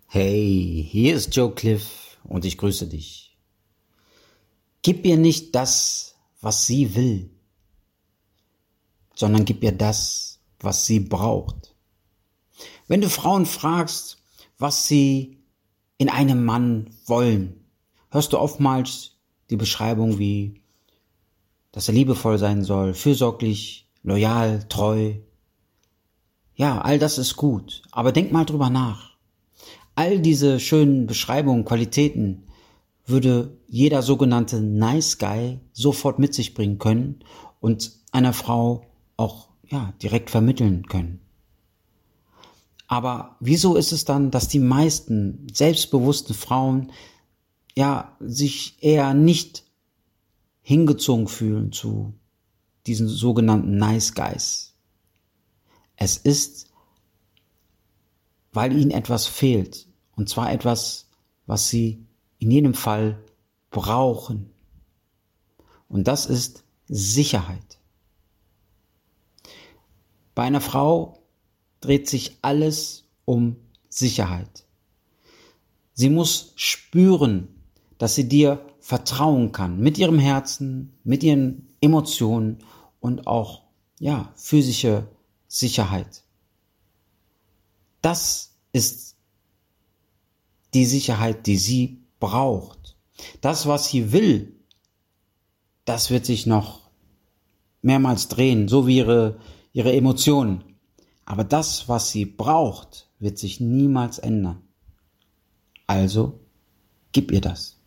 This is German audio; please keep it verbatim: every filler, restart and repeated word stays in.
Hey, hier ist Joe Cliff und ich grüße dich. Gib ihr nicht das, was sie will, sondern gib ihr das, was sie braucht. Wenn du Frauen fragst, was sie in einem Mann wollen, hörst du oftmals die Beschreibung wie, dass er liebevoll sein soll, fürsorglich, loyal, treu. Ja, all das ist gut, aber denk mal drüber nach. All diese schönen Beschreibungen, Qualitäten würde jeder sogenannte Nice Guy sofort mit sich bringen können und einer Frau auch ja, direkt vermitteln können. Aber wieso ist es dann, dass die meisten selbstbewussten Frauen ja sich eher nicht hingezogen fühlen zu diesen sogenannten Nice Guys? Es ist, weil ihnen etwas fehlt, und zwar etwas, was sie in jedem Fall brauchen. Und das ist Sicherheit. Bei einer Frau dreht sich alles um Sicherheit. Sie muss spüren, dass sie dir vertrauen kann, mit ihrem Herzen, mit ihren Emotionen und auch ja, physische Sicherheit. Das ist die Sicherheit, die sie braucht. Das, was sie will, das wird sich noch mehrmals drehen, so wie ihre, ihre Emotionen. Aber das, was sie braucht, wird sich niemals ändern. Also, gib ihr das.